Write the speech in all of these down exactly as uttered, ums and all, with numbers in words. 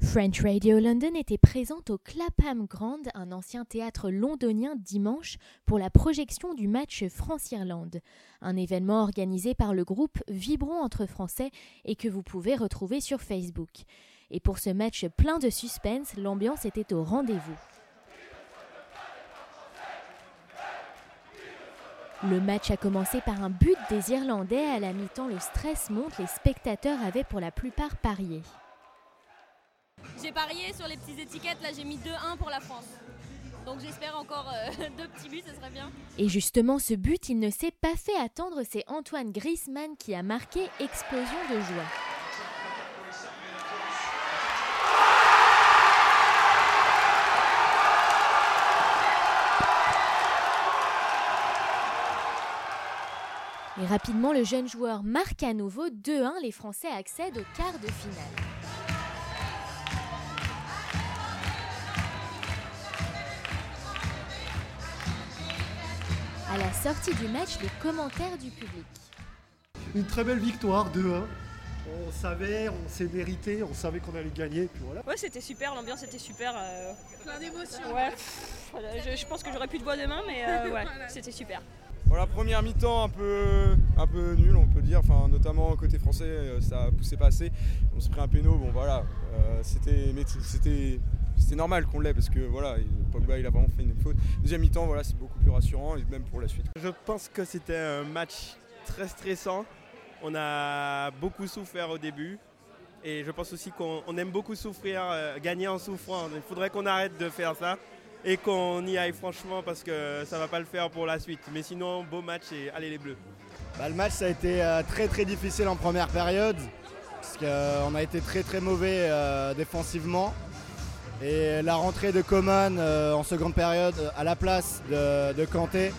French Radio London était présente au Clapham Grand, un ancien théâtre londonien, dimanche, pour la projection du match France-Irlande. Un événement organisé par le groupe Vibrons entre Français et que vous pouvez retrouver sur Facebook. Et pour ce match plein de suspense, l'ambiance était au rendez-vous. Le match a commencé par un but des Irlandais. À la mi-temps, le stress monte, les spectateurs avaient pour la plupart parié. J'ai parié sur les petites étiquettes, là j'ai mis deux un pour la France. Donc j'espère encore euh, deux petits buts, ce serait bien. Et justement, ce but, il ne s'est pas fait attendre, c'est Antoine Griezmann qui a marqué, explosion de joie. Et rapidement, le jeune joueur marque à nouveau deux un, les Français accèdent au quart de finale. À la sortie du match, les commentaires du public. Une très belle victoire, deux un. On savait, on s'est mérité, on savait qu'on allait gagner. Puis voilà. Ouais, c'était super, l'ambiance était super. Euh... Plein d'émotions. Ouais, pff, je, je pense que j'aurais plus de voix demain, mais euh, ouais, c'était super. Voilà, première mi-temps un peu, un peu nulle, on peut le dire, enfin, notamment côté français, ça poussait pas assez. On s'est pris un péno, bon voilà, euh, c'était, mais c'était, c'était normal qu'on l'ait parce que voilà, Pogba il a vraiment fait une faute. Deuxième mi-temps, voilà, c'est beaucoup plus rassurant et même pour la suite. Je pense que c'était un match très stressant. On a beaucoup souffert au début et je pense aussi qu'on on aime beaucoup souffrir, euh, gagner en souffrant. Il faudrait qu'on arrête de faire ça et qu'on y aille franchement parce que ça ne va pas le faire pour la suite. Mais sinon, beau match et allez les Bleus. Bah, le match ça a été euh, très très difficile en première période parce qu'on euh, a été très très mauvais euh, défensivement. Et la rentrée de Coman euh, en seconde période à la place de, de Kanté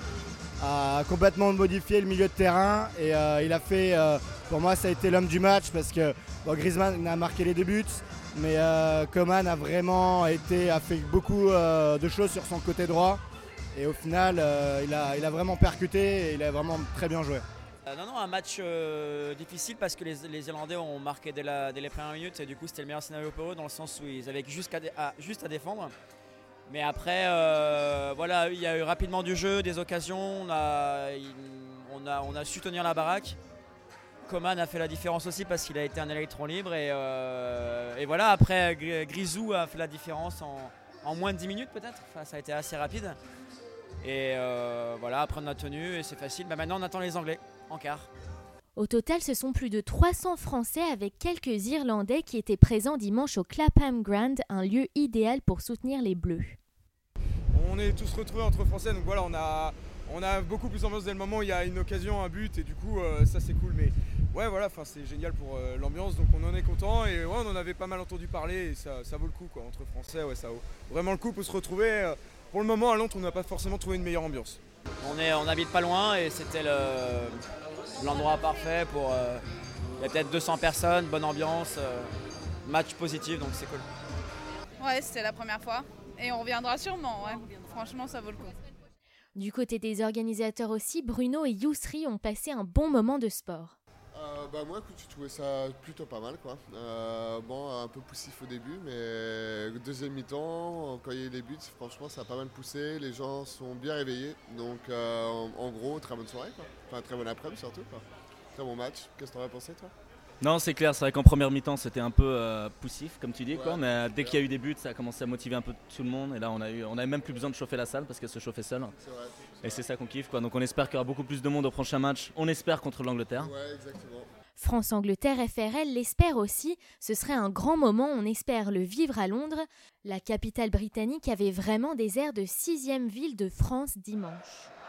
a complètement modifié le milieu de terrain et euh, il a fait, euh, pour moi ça a été l'homme du match parce que bon, Griezmann a marqué les deux buts, mais euh, Coman a vraiment été, a fait beaucoup euh, de choses sur son côté droit et au final euh, il, a, il a vraiment percuté et il a vraiment très bien joué. Euh, non, non, un match euh, difficile parce que les, les Irlandais ont marqué dès, la, dès les premières minutes et du coup c'était le meilleur scénario pour eux dans le sens où ils avaient juste à, à, juste à défendre. Mais après, euh, voilà, il y a eu rapidement du jeu, des occasions, on a, on a, on a su tenir la baraque. Coman a fait la différence aussi parce qu'il a été un électron libre et, euh, et voilà, après Grisou a fait la différence en, en moins de dix minutes peut-être, enfin, ça a été assez rapide. Et euh, voilà, après on a tenu et c'est facile. Bah, maintenant on attend les Anglais en quart. Au total, ce sont plus de trois cents Français avec quelques Irlandais qui étaient présents dimanche au Clapham Grand, un lieu idéal pour soutenir les Bleus. On est tous retrouvés entre Français, donc voilà, on a, on a beaucoup plus d'ambiance dès le moment où il y a une occasion, un but, et du coup, euh, ça c'est cool. Mais ouais, voilà, c'est génial pour euh, l'ambiance, donc on en est content. Et ouais, on en avait pas mal entendu parler, et ça, ça vaut le coup, quoi, entre Français, ouais, ça vaut vraiment le coup pour se retrouver. Euh, pour le moment, à Londres, on n'a pas forcément trouvé une meilleure ambiance. On est, on habite pas loin, et c'était le, l'endroit parfait pour. Euh, il y a peut-être deux cents personnes, bonne ambiance, euh, match positif, donc c'est cool. Ouais, c'était la première fois. Et on reviendra sûrement, ouais. Franchement, ça vaut le coup. Du côté des organisateurs aussi, Bruno et Yousri ont passé un bon moment de sport. Euh, bah moi, écoute, je trouvais ça plutôt pas mal, quoi. Euh, bon, un peu poussif au début, mais deuxième mi-temps, quand il y a eu les buts, franchement, ça a pas mal poussé. Les gens sont bien réveillés. Donc, euh, en, en gros, très bonne soirée, quoi. Enfin, très bonne après-midi surtout, quoi. Très bon match. Qu'est-ce que t'en as pensé, toi ? Non, c'est clair, c'est vrai qu'en première mi-temps c'était un peu euh, poussif comme tu dis, ouais, quoi, mais euh, dès qu'il y a eu des buts ça a commencé à motiver un peu tout le monde et là on a eu, on avait même plus besoin de chauffer la salle parce qu'elle se chauffait seule. C'est vrai, c'est et c'est ça qu'on kiffe, quoi. Donc on espère qu'il y aura beaucoup plus de monde au prochain match, on espère contre l'Angleterre. Ouais, exactement. France-Angleterre F R L l'espère aussi, ce serait un grand moment, on espère le vivre à Londres. La capitale britannique avait vraiment des airs de sixième ville de France dimanche.